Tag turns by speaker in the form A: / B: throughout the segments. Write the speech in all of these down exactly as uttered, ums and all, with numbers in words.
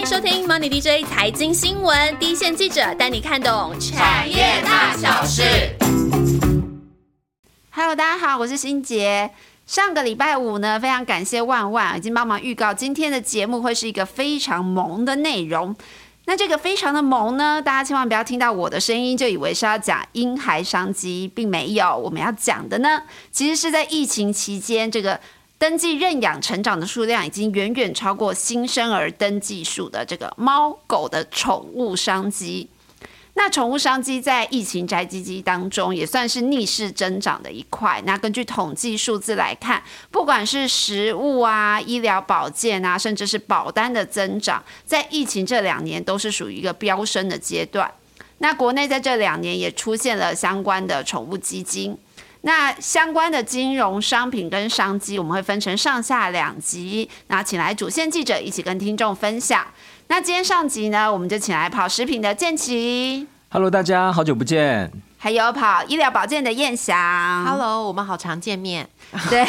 A: 收听 Money D J 财经新闻，第一线记者带你看懂产业大小事。
B: Hello， 大家好，我是欣杰。上个礼拜五呢，非常感谢万万已经帮忙预告今天的节目会是一个非常萌的内容。那这个非常的萌呢，大家千万不要听到我的声音就以为是要讲婴孩商机，并没有。我们要讲的呢，其实是在疫情期间，这个登记认养成长的数量已经远远超过新生儿登记数的这个猫狗的宠物商机。那宠物商机在疫情宅基机当中也算是逆势增长的一块。那根据统计数字来看，不管是食物啊、医疗保健啊，甚至是保单的增长，在疫情这两年都是属于一个飙升的阶段。那国内在这两年也出现了相关的宠物基金。那相关的金融商品跟商机，我们会分成上下两集，那请来主线记者一起跟听众分享。那今天上集呢，我们就请来跑食品的建奇
C: ，Hello， 大家好久不见。
B: 还有跑医疗保健的燕翔
D: ，Hello， 我们好常见面。
B: 对，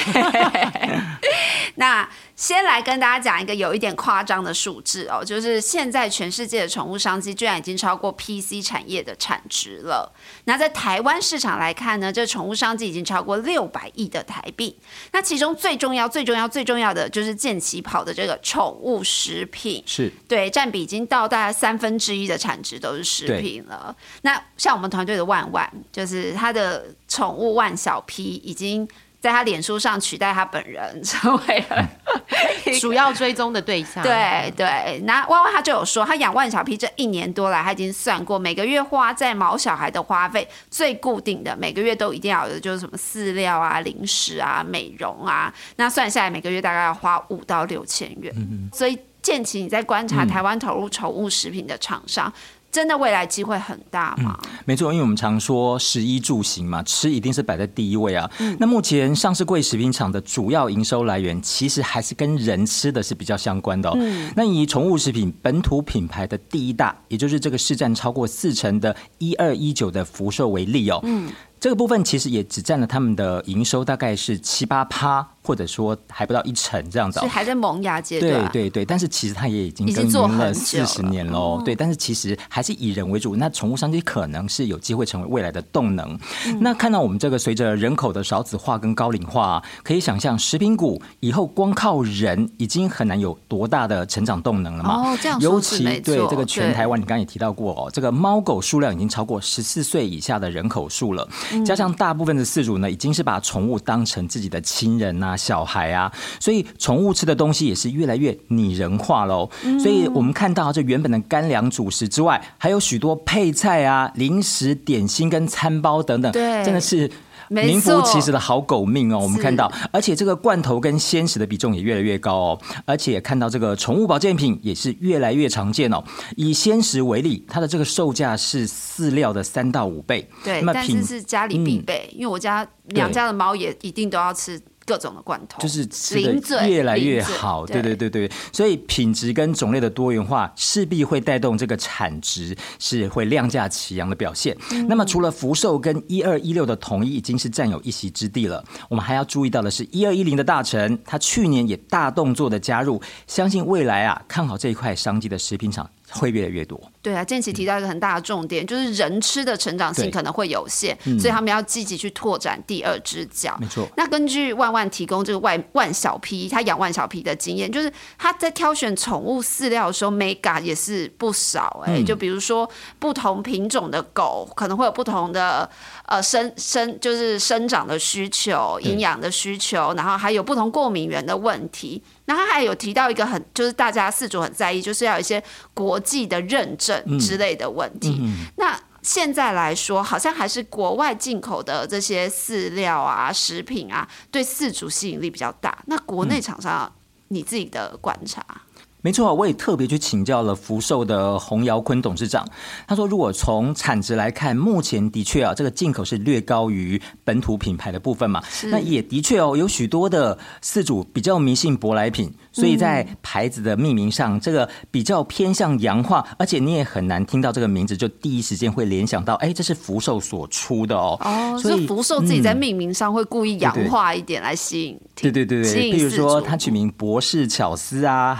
B: 那先来跟大家讲一个有一点夸张的数字哦，就是现在全世界的宠物商机居然已经超过 P C 产业的产值了。那在台湾市场来看呢，这宠物商机已经超过六百亿的台币。那其中最重要、最重要、最重要的就是建奇跑的这个宠物食品，
C: 是
B: 对，占比已经到大概三分之一的产值都是食品了。那像我们团队的万万，就是他的宠物万小 P 已经在他脸书上取代他本人，成为了
D: 主要追踪的对象。
B: 对对，那万万他就有说，他养万小 P 这一年多来，他已经算过每个月花在毛小孩的花费最固定的，每个月都一定要有的就是什么饲料啊、零食啊、美容啊，那算下来每个月大概要花五到六千元。嗯、所以建奇，你在观察台湾投入宠物食品的厂商。嗯，真的未来机会很大吗？
C: 嗯、没错，因为我们常说食衣住行嘛，吃一定是摆在第一位啊。嗯、那目前上市柜食品厂的主要营收来源，其实还是跟人吃的是比较相关的哦。嗯、那以宠物食品本土品牌的第一大，也就是这个市占超过四成的一二一九的福寿为例哦。嗯，这个部分其实也只占了他们的营收大概是七八趴，或者说还不到一成这样子、哦，
B: 是还在萌芽阶段。
C: 对对对，但是其实它也已经耕耘了四十年喽。对，但是其实还是以人为主。那宠物商机可能是有机会成为未来的动能。嗯、那看到我们这个随着人口的少子化跟高龄化、啊，可以想象食品股以后光靠人已经很难有多大的成长动能了嘛。
B: 哦，这样说是没错。
C: 尤其对这个全台湾，你刚刚也提到过哦，这个猫狗数量已经超过十四岁以下的人口数了。加上大部分的饲主呢，已经是把宠物当成自己的亲人啊、小孩啊，所以宠物吃的东西也是越来越拟人化喽。嗯、所以我们看到这原本的干粮主食之外，还有许多配菜啊、零食、点心跟餐包等等，真的是。名副其实的好狗命哦，我们看到，而且这个罐头跟鲜食的比重也越来越高哦，而且看到这个宠物保健品也是越来越常见哦。以鲜食为例，它的这个售价是饲料的三到五倍，
B: 对，但是是家里必备，嗯、因为我家娘家的猫也一定都要吃。各种的罐头，
C: 就是吃的越来越好，对对对对，所以品质跟种类的多元化势必会带动这个产值是会量价齐扬的表现。嗯、那么除了福寿跟一二一六的统一已经是占有一席之地了，我们还要注意到的是一二一零的大成，它去年也大动作的加入，相信未来啊看好这一块商机的食品厂会越来越多。
B: 对啊，建奇提到一个很大的重点，就是人吃的成长性可能会有限，嗯、所以他们要积极去拓展第二只脚。
C: 没错。
B: 那根据万万提供这个万万小 P， 他养万小 P 的经验，就是他在挑选宠物饲料的时候 ，mega 也是不少哎、欸。嗯、就比如说不同品种的狗可能会有不同的呃生生就是生长的需求、营养的需求，然后还有不同过敏源的问题。那他还有提到一个很，就是大家饲主很在意，就是要有一些国际的认证之类的问题。嗯嗯、那现在来说，好像还是国外进口的这些饲料啊、食品啊，对饲主吸引力比较大。那国内厂商，你自己的观察？
C: 没错，我也特别去请教了福寿的洪尧坤董事长。他说，如果从产值来看，目前的确啊，这个进口是略高于本土品牌的部分嘛。那也的确哦，有许多的饲主比较迷信舶来品，所以在牌子的命名上，嗯、这个比较偏向洋化，而且你也很难听到这个名字就第一时间会联想到，哎，这是福寿所出的哦。
B: 哦，所以福寿自己在命名上会故意洋化一点来吸引。
C: 对对对对，譬如说他取名博士巧思啊，还有蛤蜊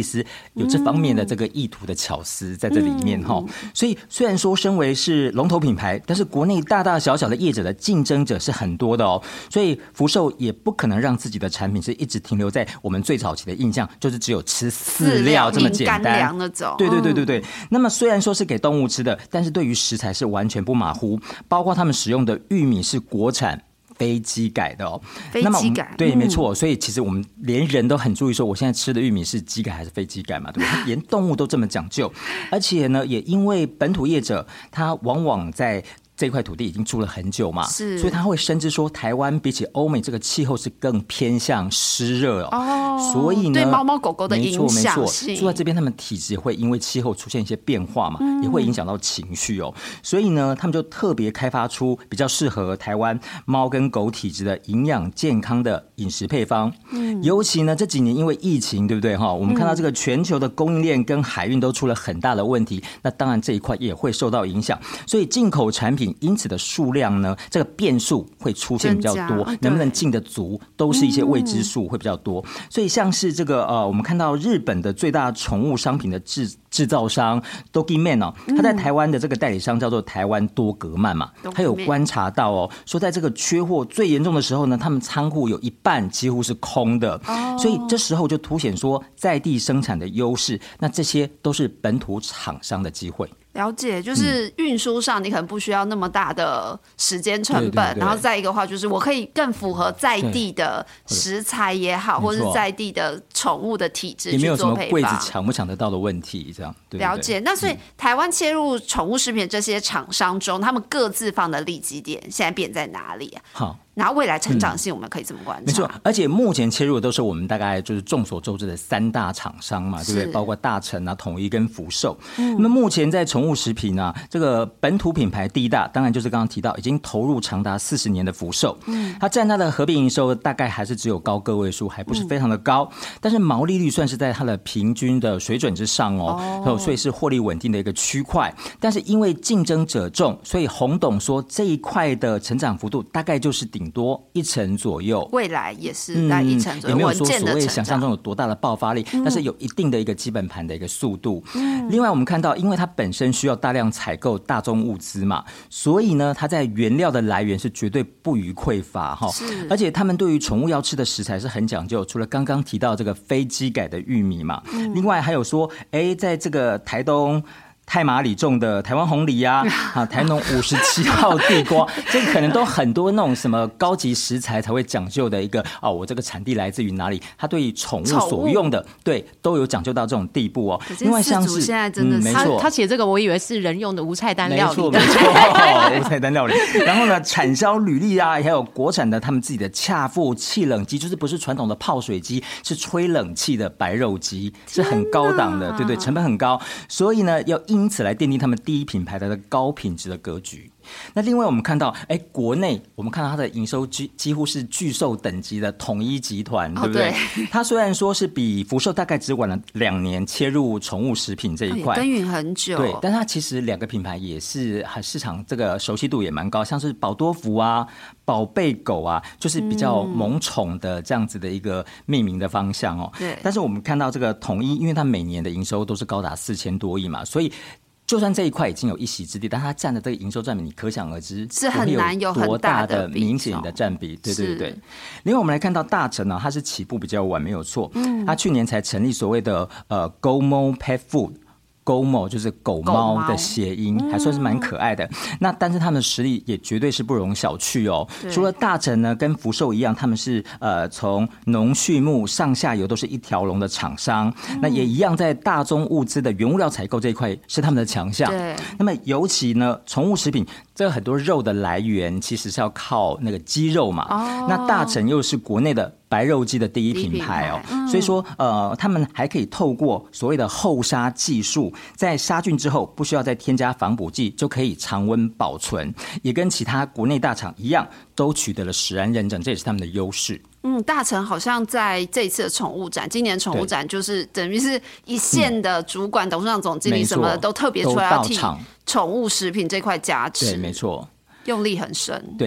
C: 实有这方面的这个意图的巧思在这里面哈、嗯。所以虽然说身为是龙头品牌，但是国内大大小小的业者的竞争者是很多的哦。所以福寿也不可能让自己的产品是一直停留在我们最早期的印象，就是只有吃饲料这么简单。
B: 干粮那种。
C: 对对对对对。嗯、那么虽然说是给动物吃的，但是对于食材是完全不马虎，包括他们使用的玉米是国产。非基改的哦，
B: 非基改
C: 对，没错。所以其实我们连人都很注意说，我现在吃的玉米是基改还是非基改嘛，对不对？连动物都这么讲究，而且呢，也因为本土业者他往往在这块土地已经住了很久嘛，
B: 是，
C: 所以他会深知说，台湾比起欧美这个气候是更偏向湿热哦，哦所以呢，
B: 对猫猫狗狗的影响性，
C: 没错，住在这边他们体质会因为气候出现一些变化嘛，嗯、也会影响到情绪哦，所以呢，他们就特别开发出比较适合台湾猫跟狗体质的营养健康的饮食配方。嗯，尤其呢这几年因为疫情，对不对哈？我们看到这个全球的供应链跟海运都出了很大的问题，那当然这一块也会受到影响，所以进口产品。因此的数量呢，这个变数会出现比较多，能不能进得足，都是一些未知数会比较多。嗯、所以像是这个呃，我们看到日本的最大宠物商品的制制造商 Dogiman 哦，他在台湾的这个代理商叫做台湾多格曼嘛，他有观察到哦，说在这个缺货最严重的时候呢，他们仓库有一半几乎是空的，哦、所以这时候就凸显说在地生产的优势，那这些都是本土厂商的机会。
B: 了解，就是运输上你可能不需要那么大的时间成本，
C: 对对对，
B: 然后再一个话就是我可以更符合在地的食材也好，或者是在地的宠物的体质去做配方，
C: 也没有什么柜子抢不抢得到的问题，这样对不对？
B: 了解。那所以台湾切入宠物食品这些厂商中，他们各自放的利基点现在变在哪里啊？
C: 好。
B: 然后未来成长性我们可以怎么观察？
C: 没错，而且目前切入的都是我们大概就是众所周知的三大厂商嘛，对不对？包括大成啊、统一跟福寿。嗯、那么目前在宠物食品啊，这个本土品牌第一大，当然就是刚刚提到已经投入长达四十年的福寿。嗯，它占它的合并营收大概还是只有高个位数，还不是非常的高，嗯、但是毛利率算是在它的平均的水准之上哦，哦所以是获利稳定的一个区块。但是因为竞争者众，所以洪董说这一块的成长幅度大概就是顶多一成左右，
B: 未来也是在一成左右，
C: 也没有说所谓想象中有多大的爆发力，嗯、但是有一定的一个基本盘的一个速度。嗯、另外，我们看到，因为它本身需要大量采购大宗物资嘛，所以呢，它在原料的来源是绝对不予匮乏哈。而且他们对于宠物要吃的食材是很讲究，除了刚刚提到这个非基改的玉米嘛，嗯、另外还有说，哎，在这个台东。太麻里种的台湾红梨啊，啊，台农五十七号地瓜，这个可能都很多那种什么高级食材才会讲究的一个啊，我这个产地来自于哪里？它对于宠物所用的，对，都有讲究到这种地步哦。
B: 另外像是现在真的是，
C: 嗯、没错，
D: 他写这个我以为是人用的无菜单料理，
C: 没错没错，无菜单料理。然后呢，产销履历啊，还有国产的他们自己的恰富气冷机，就是不是传统的泡水机，是吹冷气的白肉机，是很高档的，对对，成本很高，所以呢要。因此来奠定他们第一品牌的高品质的格局。那另外我们看到，哎，国内我们看到它的营收几几乎是巨兽等级的统一集团，对不对？哦、对，它虽然说是比福寿大概只晚了两年切入宠物食品这一块，
B: 耕耘很久，
C: 对，但它其实两个品牌也是市场这个熟悉度也蛮高，像是宝多福啊、宝贝狗啊，就是比较萌宠的这样子的一个命名的方向哦。
B: 对，
C: 但是我们看到这个统一，因为它每年的营收都是高达四千多亿嘛，所以。就算这一块已经有一席之地，但它占的这个营收占比，你可想而知
B: 是很难有
C: 多大的明显的占比。对对对。另外，我们来看到大成呢、啊，它是起步比较晚，没有错。嗯，它去年才成立所谓的呃 Gomo Pet Food。Gomo 就是狗猫的谐音，还算是蛮可爱的。嗯、那但是他们的实力也绝对是不容小觑哦。除了大成呢，跟福寿一样，他们是呃从农畜牧上下游都是一条龙的厂商。嗯、那也一样在大宗物资的原物料采购这一块是他们的强项。
B: 对。
C: 那么尤其呢，宠物食品这个很多肉的来源其实是要靠那个鸡肉嘛。哦。那大成又是国内的。白肉鸡的第一品牌哦，嗯、所以说呃，他们还可以透过所谓的后杀技术，在杀菌之后不需要再添加防腐剂，就可以常温保存，也跟其他国内大厂一样，都取得了食安认证，这也是他们的优势。
B: 嗯，大成好像在这一次的宠物展，今年宠物展就是等于是一线的主管、董事长、总经理什么的、嗯、都特别出来要替宠物食品这块加持。
C: 对，没错。
B: 用力很深，
C: 对，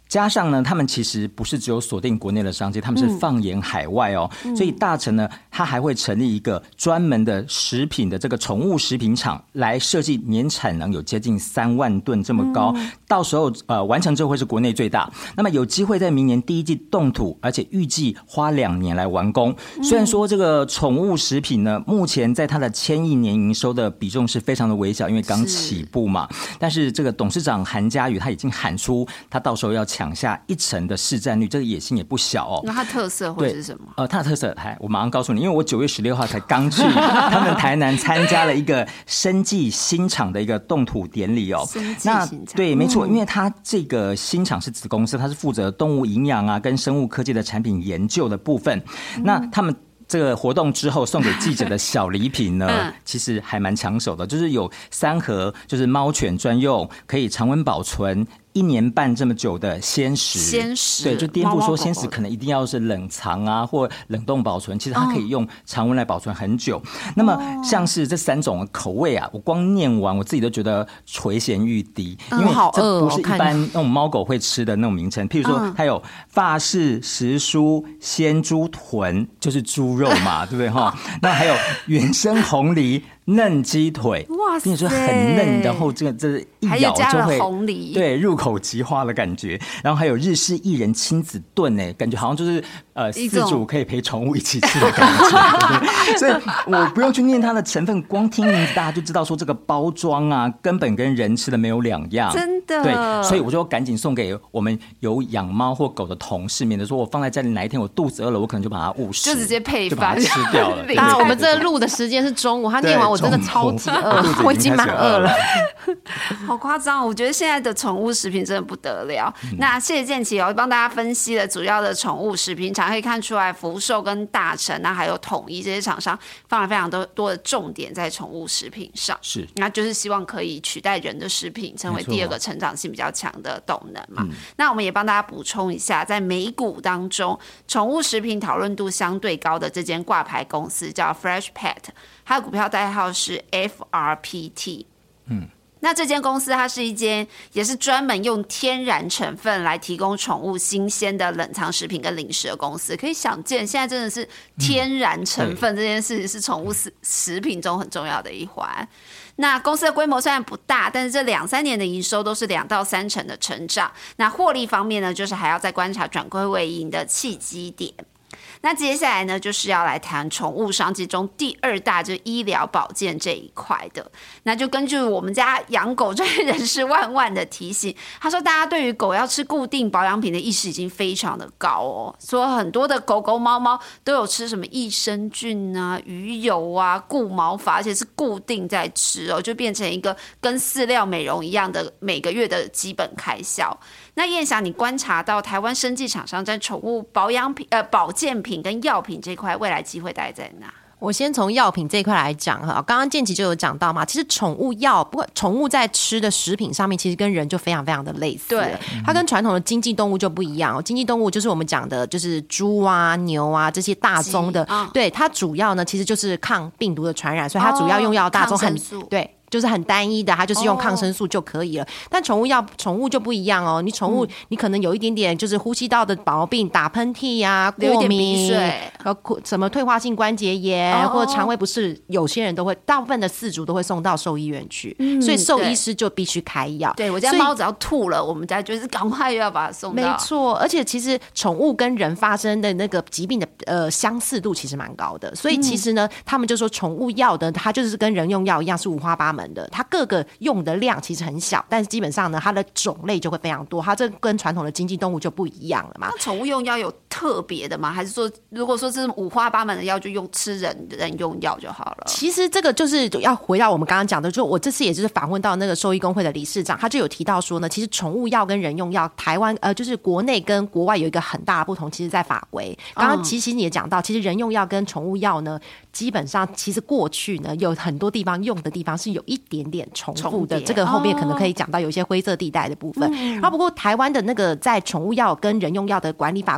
C: 加上呢，他们其实不是只有锁定国内的商机，他们是放眼海外哦。嗯、所以大成呢，他还会成立一个专门的食品的这个宠物食品厂，来设计年产能有接近三万吨这么高，嗯、到时候呃完成之后会是国内最大。那么有机会在明年第一季动土，而且预计花两年来完工。虽然说这个宠物食品呢，目前在它的千亿年营收的比重是非常的微小，因为刚起步嘛。但是这个董事长韩家瑜他已经喊出，他到时候要抢下一成的市占率，这个野心也不小哦。
B: 那它特色会是什么？
C: 呃，它的特色，我马上告诉你，因为我九月十六号才刚去他们台南参加了一个生技新厂的一个动土典礼哦。那对，没错，因为它这个新厂是子公司，它是负责动物营养啊跟生物科技的产品研究的部分。嗯、那他们这个活动之后送给记者的小礼品呢，嗯、其实还蛮抢手的，就是有三盒，就是猫犬专用，可以常温保存一年半这么久的鲜食，
B: 鲜食
C: 对，就颠覆说鲜食可能一定要是冷藏啊或冷冻保存，其实它可以用常温来保存很久。哦、那么像是这三种口味啊，我光念完我自己都觉得垂涎欲滴，
D: 嗯、
C: 因为这不是一般那种猫狗会吃的那种名称。譬如说，它有法式时蔬鲜猪臀，就是猪肉嘛，对不对哈？那还有原生红梨嫩鸡腿，哇，跟你说很嫩，然后这个这一咬就会
B: 红梨，
C: 对，入口即化的感觉。然后还有日式艺人亲子炖，哎，感觉好像就是呃饲主可以陪宠物一起吃的感觉，对不对？所以我不用去念它的成分，光听名字大家就知道说这个包装啊，根本跟人吃的没有两样，
B: 真的。
C: 对，所以我就赶紧送给我们有养猫或狗的同事，免得说我放在家里哪一天我肚子饿了，我可能就把它误食，
B: 就直接配
C: 饭就把它吃掉了。
D: 当然，我们这录的时间是中午，他念完我真的超级饿，我已经蛮饿了，
B: 好夸张！我觉得现在的宠物食品真的不得了。嗯、那谢谢建奇哦，帮大家分析了主要的宠物食品厂，可以看出来福寿跟大成，那还有统一这些厂商放了非常多多的重点在宠物食品上，
C: 是，
B: 那就是希望可以取代人的食品，成为第二个成长性比较强的动能嘛。嗯、那我们也帮大家补充一下，在美股当中，宠物食品讨论度相对高的这间挂牌公司叫 Fresh Pet。它的股票代号是 F R P T， 嗯，那这间公司它是一间也是专门用天然成分来提供宠物新鲜的冷藏食品跟零食的公司。可以想见，现在真的是天然成分这件事是宠物食品中很重要的一环。那公司的规模虽然不大，但是这两三年的营收都是两到三成的成长。那获利方面呢，就是还要再观察转亏为盈的契机点。那接下来呢，就是要来谈宠物商机中第二大，就是医疗保健这一块的。那就根据我们家养狗专业人士万万的提醒，他说大家对于狗要吃固定保养品的意识已经非常的高哦，说很多的狗狗猫猫都有吃什么益生菌啊、鱼油啊、固毛法，而且是固定在吃哦，就变成一个跟饲料美容一样的每个月的基本开销。那燕霞，你观察到台湾生技厂商在宠物保养品、呃保健品跟药品这块未来机会大概在哪？
D: 我先从药品这一块来讲哈，刚刚建奇就有讲到嘛，其实宠物药，不过宠物在吃的食品上面，其实跟人就非常非常的类似。对，它跟传统的经济动物就不一样哦。经济动物就是我们讲的，就是猪啊、牛啊这些大宗的，哦、对它主要呢其实就是抗病毒的传染，所以它主要用药大宗很、哦、对。就是很单一的，它就是用抗生素就可以了。Oh. 但宠物药，宠物就不一样哦。你宠物，嗯、你可能有一点点就是呼吸道的毛病，打喷嚏啊、过敏，然后什么退化性关节炎、oh. 或者肠胃不适，有些人都会，大部分的饲主都会送到兽医院去，嗯、所以兽医师就必须开药。
B: 对，我家猫只要吐了，我们家就是赶快又要把它送到。
D: 没错，而且其实宠物跟人发生的那个疾病的呃相似度其实蛮高的，所以其实呢，嗯、他们就说宠物药的它就是跟人用药一样是五花八门。它各个用的量其实很小，但是基本上呢，它的种类就会非常多。它这跟传统的经济动物就不一样了嘛。
B: 那宠物用药有特别的吗？还是说，如果说是五花八门的药，就用吃人人用药就好了？
D: 其实这个就是要回到我们刚刚讲的，就我这次也就是访问到那个兽医工会的理事长，他就有提到说呢，其实宠物药跟人用药，台湾呃就是国内跟国外有一个很大的不同，其实在法规。刚刚其实你也讲到，其实人用药跟宠物药呢，基本上其实过去呢有很多地方用的地方是有一点点重复的，这个后面可能可以讲到有一些灰色地带的部分。嗯、然后不过台湾的那个在宠物药跟人用药的管理法规跟国外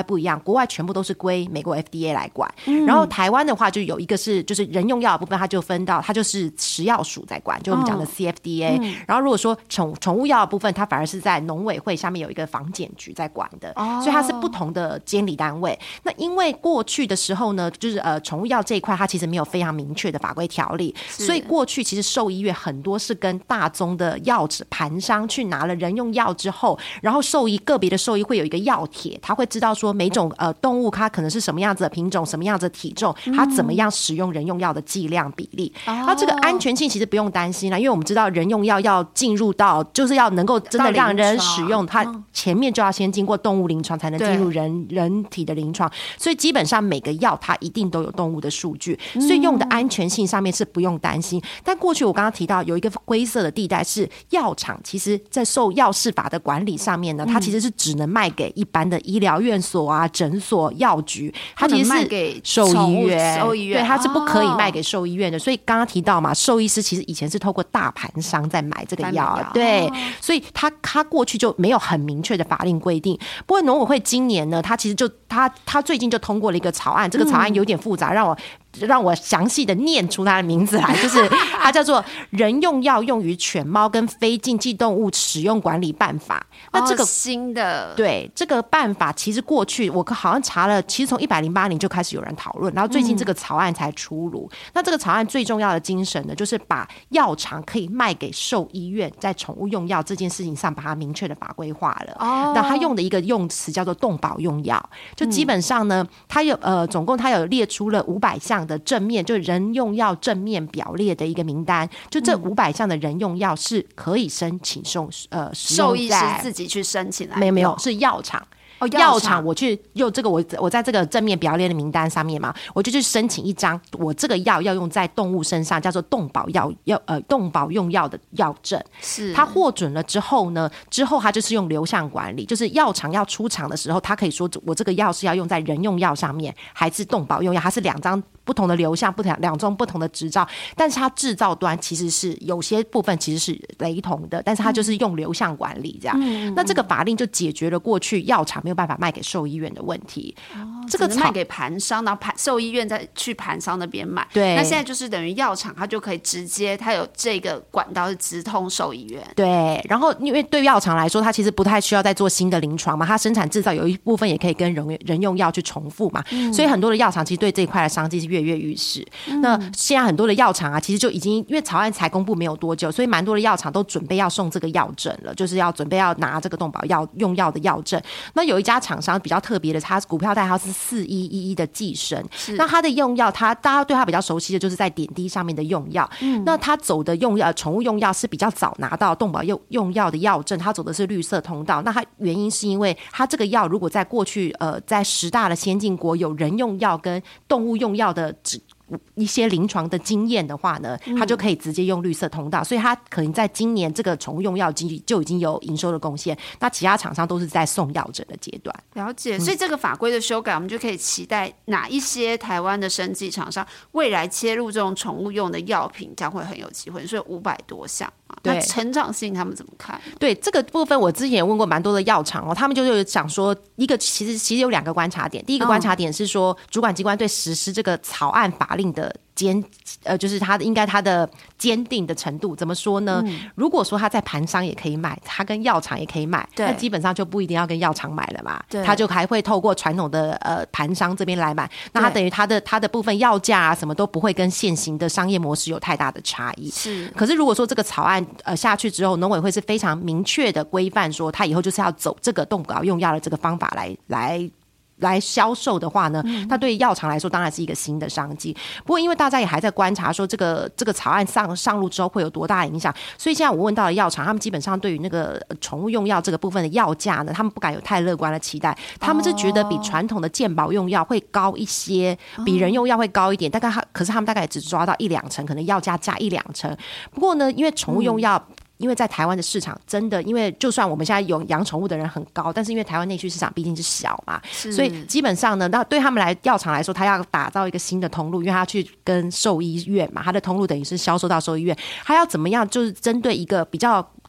D: 不一样，国外全部都是归美国 F D A 来管，嗯、然后台湾的话就有一个是就是人用药的部分，它就分到它就是食药署在管，就我们讲的 C F D A、哦嗯。然后如果说宠宠物药的部分，它反而是在农委会下面有一个防检局在管的，哦、所以它是不同的监理单位。那因为过去的时候呢，就是呃宠物药这一块，它其实没有非常明确的法规条例，所以过去其实兽医院很多是跟大宗的药盘商去拿了人用药之后，然后兽医个别的兽医会有一个药帖，他会知道说每种呃动物它可能是什么样子的品种，什么样子的体重，它怎么样使用人用药的剂量比例。那、嗯、这个安全性其实不用担心啦，因为我们知道人用药要进入到就是要能够真的让人使用，它前面就要先经过动物临床才能进入人人体的临床，所以基本上每个药它一定都有动物的数据，所以用的安全性上面是不用担心。但过去我刚刚提到有一个灰色的地带是药厂，其实在受药事法的管理上面呢，它其实是只能卖给一般的医疗院所啊、诊所、药局，它其实是
B: 卖给
D: 兽医院，
B: 兽医院
D: 对，它是不可以卖给兽医院的。所以刚刚提到嘛，兽医师其实以前是透过大盘商在买这个药，对，所以他他过去就没有很明确的法令规定。不过农委会今年呢，他其实就他他最近就通过了一个草案，这个草案有点复杂，让我。让我详细的念出它的名字来，就是它叫做《人用药用于犬猫跟非禁忌动物使用管理办法》。那这个、
B: 哦、新的
D: 对这个办法，其实过去我好像查了，其实从一百零八年就开始有人讨论，然后最近这个草案才出炉。嗯、那这个草案最重要的精神呢，就是把药厂可以卖给兽医院在宠物用药这件事情上，把它明确的法规化了。哦，那他用的一个用词叫做动保用药，就基本上呢，他有呃总共他有列出了五百项。的正面就人用药正面表列的一个名单，就这五百项的人用药是可以申请送呃
B: 兽医师自己去申请来，
D: 没有没有是药厂。哦、药厂我去用这个我我在这个正面表列的名单上面嘛，我就去申请一张我这个药要用在动物身上，叫做动保药药呃动保用药的药证。是它获准了之后呢，之后它就是用流向管理，就是药厂要出厂的时候，它可以说我这个药是要用在人用药上面，还是动保用药，它是两张不同的流向，不同两种不同的执照，但是它制造端其实是有些部分其实是雷同的，但是它就是用流向管理这样。嗯、那这个法令就解决了过去药厂没有办法卖给兽医院的问题。
B: 哦、这个卖给盘商，然后盘兽医院再去盘商那边买。
D: 对，
B: 那现在就是等于药厂它就可以直接，它有这个管道是直通兽医院。
D: 对，然后因为对药厂来说，它其实不太需要再做新的临床嘛，它生产制造有一部分也可以跟人人用药去重复嘛，嗯、所以很多的药厂其实对这一块的商机是跃跃欲试。嗯、那现在很多的药厂啊，其实就已经因为草案才公布没有多久，所以蛮多的药厂都准备要送这个药证了，就是要准备要拿这个动保药用药的药证。那有一家厂商比较特别的，它股票代号是四一一一的寄生，那它的用药，它大家对它比较熟悉的就是在点滴上面的用药。嗯、那它走的用药，宠物用药是比较早拿到动保用用药的药证，它走的是绿色通道。那它原因是因为它这个药如果在过去呃在十大的先进国有人用药跟动物用药的一些临床的经验的话呢，它就可以直接用绿色通道，所以它可能在今年这个宠物用药经济就已经有营收的贡献。那其他厂商都是在送药证的阶段。
B: 了解，所以这个法规的修改，我们就可以期待哪一些台湾的生技厂商未来切入这种宠物用的药品将会很有机会。所以五百多项嘛，那成长性他们怎么看？
D: 对这个部分，我之前也问过蛮多的药厂哦，他们就是想说，一个其实其实有两个观察点。第一个观察点是说，嗯、主管机关对实施这个草案法令的坚呃，就是他应该他的坚定的程度怎么说呢？嗯、如果说他在盘商也可以买，他跟药厂也可以买，那基本上就不一定要跟药厂买了嘛，他就还会透过传统的呃盘商这边来买，那他等于他的他的部分药价啊什么都不会跟现行的商业模式有太大的差异。
B: 是，
D: 可是如果说这个草案呃下去之后，农委会是非常明确的规范说，他以后就是要走这个动保用药的这个方法来来。来销售的话呢，它对药厂来说当然是一个新的商机。不过因为大家也还在观察说这个这个草案上上路之后会有多大影响，所以现在我问到的药厂，他们基本上对于那个宠物用药这个部分的药价呢，他们不敢有太乐观的期待，他们是觉得比传统的健保用药会高一些，比人用药会高一点，大概可是他们大概也只抓到一两成，可能药价加一两成。不过呢，因为宠物用药、嗯因为在台湾的市场真的，因为就算我们现在有养宠物的人很高，但是因为台湾内需市场毕竟是小嘛，所以基本上呢，那对他们来药厂来说，他要打造一个新的通路，因为他要去跟兽医院嘛，他的通路等于是销售到兽医院，他要怎么样就是针对一个比较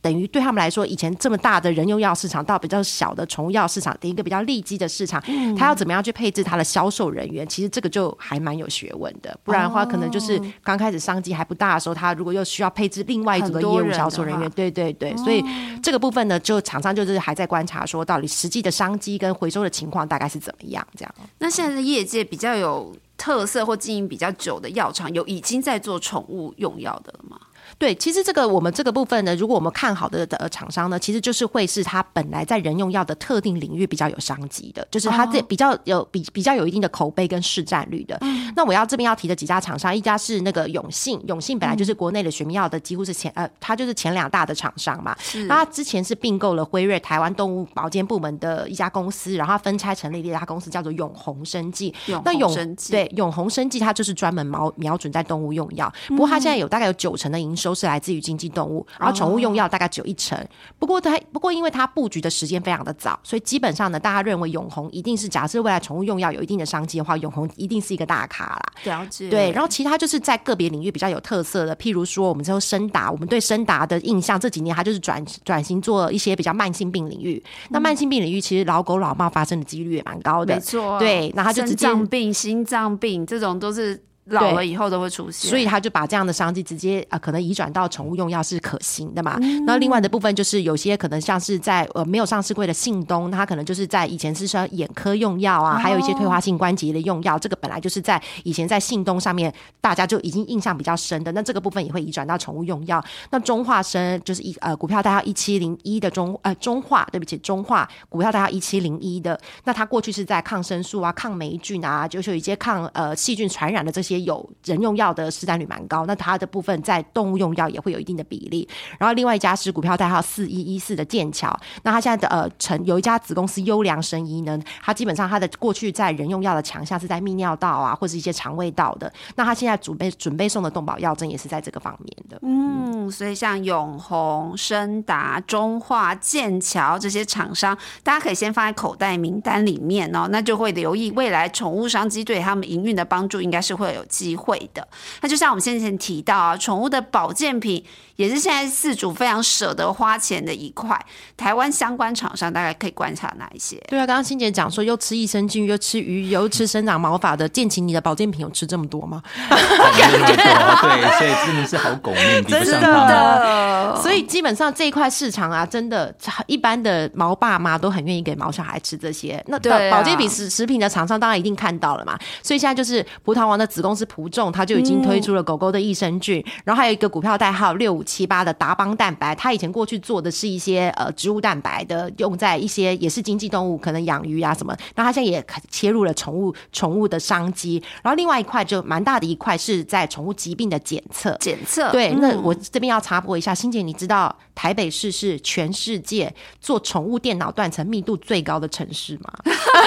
D: 等于对他们来说，以前这么大的人用药市场到比较小的宠物药市场的一个比较利基的市场，嗯、他要怎么样去配置他的销售人员？其实这个就还蛮有学问的。不然的话，可能就是刚开始商机还不大的时候，他如果又需要配置另外一组的业务销售人员，对对对，所以这个部分呢，就厂商就是还在观察说，到底实际的商机跟回收的情况大概是怎么样？这样。
B: 那现在的业界比较有特色或经营比较久的药厂，有已经在做宠物用药的了吗？
D: 对，其实这个我们这个部分呢，如果我们看好的的厂商呢，其实就是会是他本来在人用药的特定领域比较有商机的，就是他这比较有比比较有一定的口碑跟市占率的。嗯、那我要这边要提的几家厂商，一家是那个永信，永信本来就是国内的学名药的几乎是前呃，它就是前两大的厂商嘛。那他之前是并购了辉瑞台湾动物保健部门的一家公司，然后他分拆成立了一家公司叫做永弘生技。
B: 永弘生技
D: 对永弘生技，它就是专门瞄瞄准在动物用药，不过它现在有大概有九成的营收是来自于经济动物，然后宠物用药大概只有一成。不过它不过因为它布局的时间非常的早，所以基本上呢，大家认为永弘一定是假设未来宠物用药有一定的商机的话，永弘一定是一个大咖啦。
B: 了解。
D: 对，然后其他就是在个别领域比较有特色的，譬如说我们说深达，我们对深达的印象这几年它就是转转型做一些比较慢性病领域。嗯、那慢性病领域其实老狗老猫发生的几率也蛮高的，
B: 没错。
D: 对，那它就直接
B: 肾脏病、心脏病这种都是老了以后都会出现，
D: 所以他就把这样的商机直接、呃、可能移转到宠物用药是可行的嘛。嗯、然后另外的部分就是有些可能像是在呃没有上市柜的信东，它可能就是在以前是说眼科用药啊，哦、还有一些退化性关节的用药，这个本来就是在以前在信东上面大家就已经印象比较深的，那这个部分也会移转到宠物用药。那中化生就是一呃股票代号一七零一的中呃中化，对不起中化股票代号一七零一的，那它过去是在抗生素啊、抗霉菌啊，就是有一些抗呃细菌传染的这些有人用药的市占率蛮高，那它的部分在动物用药也会有一定的比例。然后另外一家是股票代号四一一四的剑桥，那它现在的呃成有一家子公司优良生医呢，它基本上它的过去在人用药的强项是在泌尿道啊或是一些肠胃道的，那它现在准备准备送的动保药证也是在这个方面的。
B: 嗯，所以像永弘、深达、中化、剑桥这些厂商，大家可以先放在口袋名单里面哦，那就会留意未来宠物商机对他们营运的帮助，应该是会有机会的。那就像我们先前提到啊，宠物的保健品也是现在饲主非常舍得花钱的一块。台湾相关厂商大概可以观察哪一些？
D: 对啊，刚刚欣姐讲说又吃益生菌，又吃鱼油，又吃生长毛发的，建奇你的保健品有吃这么多吗？
C: 对，所以真的是好狗命，比不上他
D: 的。所以基本上这一块市场啊，真的一般的毛爸妈都很愿意给毛小孩吃这些。那保健品食食品的厂商当然一定看到了嘛，所以现在就是葡萄王的子公司葡众，它就已经推出了狗狗的益生菌，嗯、然后还有一个股票代号六五七八的达邦蛋白，它以前过去做的是一些呃植物蛋白的，用在一些也是经济动物，可能养鱼啊什么，那它现在也切入了宠物宠物的商机。然后另外一块就蛮大的一块是在宠物疾病的检测，
B: 检测
D: 对。嗯、那我这边要插播一下，欣姐，你知道台北市是全世界做宠物电脑断层密度最高的城市吗？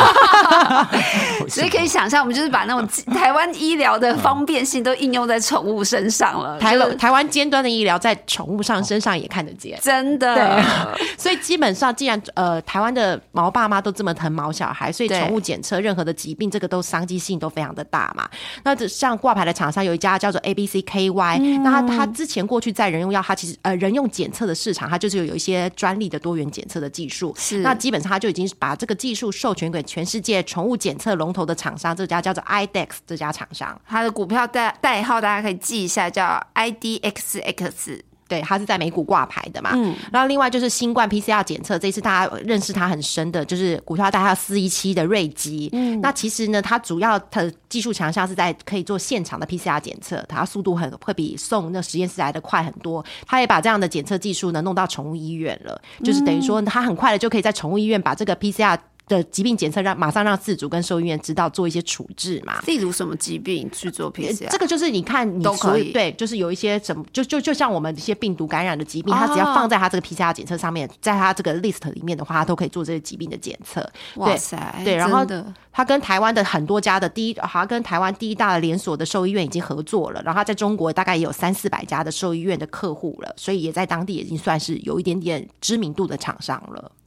B: 所以可以想象，我们就是把那种台湾医疗的方便性都应用在宠物身上了。
D: 台湾台湾尖端的医疗在宠物上身上也看得见，
B: 真的。
D: 对，所以基本上，既然呃台湾的毛爸妈都这么疼毛小孩，所以宠物检测任何的疾病，这个都商机性都非常的大嘛。那像挂牌的厂商有一家叫做 A B C K Y，嗯、那它它之前过去在人用药，它其实呃人用检测的市场，它就是有一些专利的多元检测的技术。
B: 是，
D: 那基本上它就已经把这个技术授权给全世界宠物检测龙头的厂商，这家叫做 I D E X 这家厂商，
B: 它的股票代代号大家可以记一下，叫 I D X X。
D: 对，它是在美股挂牌的嘛。嗯，然后另外就是新冠 P C R 检测，这一次大家认识它很深的，就是股票代号四一七的瑞基。嗯，那其实呢，它主要的技术强项是在可以做现场的 P C R 检测，它速度很会比送那实验室来的快很多。它也把这样的检测技术呢弄到宠物医院了，就是等于说它很快的就可以在宠物医院把这个 P C R的疾病检测让马上让饲主跟兽医院知道做一些处置嘛。
B: 例如什么疾病去做 P C R？
D: 这个就是你看你
B: 都可以，
D: 对，就是有一些什么，就就就像我们一些病毒感染的疾病，哦、它只要放在它这个 P C R 检测上面，在它这个 list 里面的话，它都可以做这些疾病的检测。
B: 哇塞，
D: 对，然后它跟台湾的很多家的第一，好像跟台湾第一大的连锁的兽医院已经合作了，然后它在中国大概也有三四百家的兽医院的客户了，所以也在当地已经算是有一点点知名度的厂商了。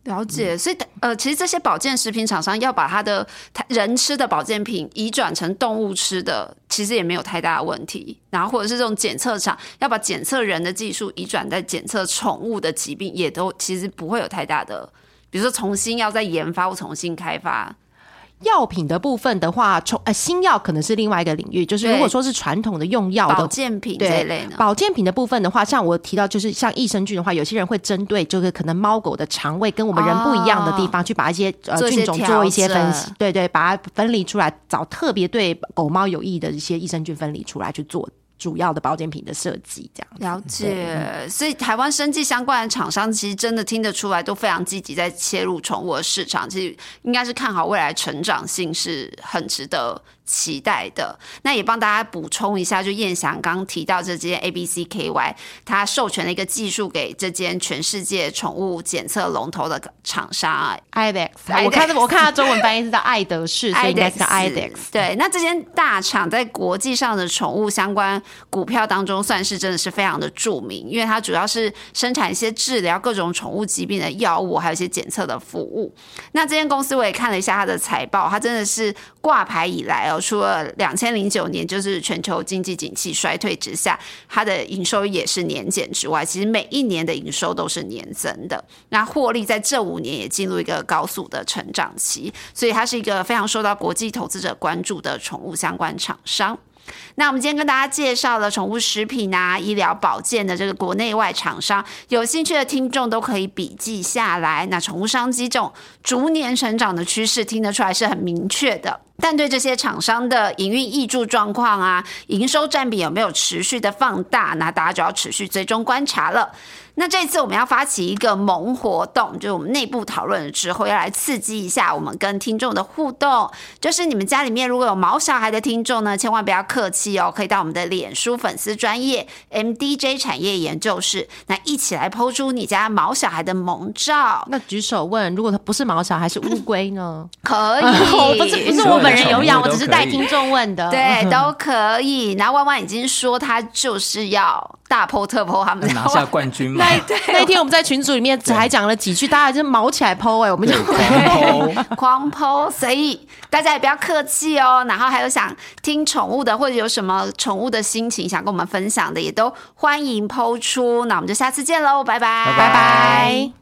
B: 了解，所以呃，其实这些保健食品厂商要把它的人吃的保健品移转成动物吃的，其实也没有太大的问题。然后或者是这种检测厂要把检测人的技术移转在检测宠物的疾病，也都其实不会有太大的，比如说重新要再研发或重新开发。
D: 药品的部分的话，呃，新药可能是另外一个领域，就是如果说是传统的用药的
B: 保健品这一类呢，
D: 保健品的部分的话，像我提到，就是像益生菌的话，有些人会针对就是可能猫狗的肠胃跟我们人不一样的地方，哦、去把一些呃菌种做一些分析，对对，把它分离出来，找特别对狗猫有益的一些益生菌分离出来去做主要的保健品的设计，这样
B: 了解。所以台湾生技相关的厂商其实真的听得出来，都非常积极在切入宠物的市场，其实应该是看好未来成长性是很值得期待的。那也帮大家补充一下，就燕翔刚刚提到这间 A B C K Y， 它授权了一个技术给这间全世界宠物检测龙头的厂商
D: I D E X， 我看我看它中文翻译是叫爱德仕，所以应该是叫 I D E X。
B: 对，那这间大厂在国际上的宠物相关股票当中，算是真的是非常的著名，因为它主要是生产一些治疗各种宠物疾病的药物，还有一些检测的服务。那这间公司我也看了一下它的财报，它真的是挂牌以来哦，除了两千零九年就是全球经济景气衰退之下，它的营收也是年减之外，其实每一年的营收都是年增的。那获利在这五年也进入一个高速的成长期，所以它是一个非常受到国际投资者关注的宠物相关厂商。那我们今天跟大家介绍了宠物食品啊、医疗保健的这个国内外厂商，有兴趣的听众都可以笔记下来。那宠物商机这种逐年成长的趋势听得出来是很明确的，但对这些厂商的营运挹注状况啊、营收占比有没有持续的放大，那大家就要持续追踪观察了。那这次我们要发起一个萌活动，就是我们内部讨论了之后，要来刺激一下我们跟听众的互动。就是你们家里面如果有毛小孩的听众呢，千万不要客气哦，可以到我们的脸书粉丝专页 M D J 产业研究室，那一起来 po 出你家毛小孩的萌照。
D: 那举手问，如果它不是毛小孩是乌龟呢？
B: 可以，
D: 不是不是我本人有养，我只是带听众问的。
B: 对，都可以。然后弯弯已经说他就是要大 po 特 po 他们
C: 拿下冠军嘛。
D: 那天我们在群组里面才讲了几句，大家就毛起来 po 哎、欸，我们就
C: 狂 po
B: 狂 po， 所以大家也不要客气哦。然后还有想听宠物的，或者有什么宠物的心情想跟我们分享的，也都欢迎 po 出。那我们就下次见喽，拜拜，
D: 拜拜。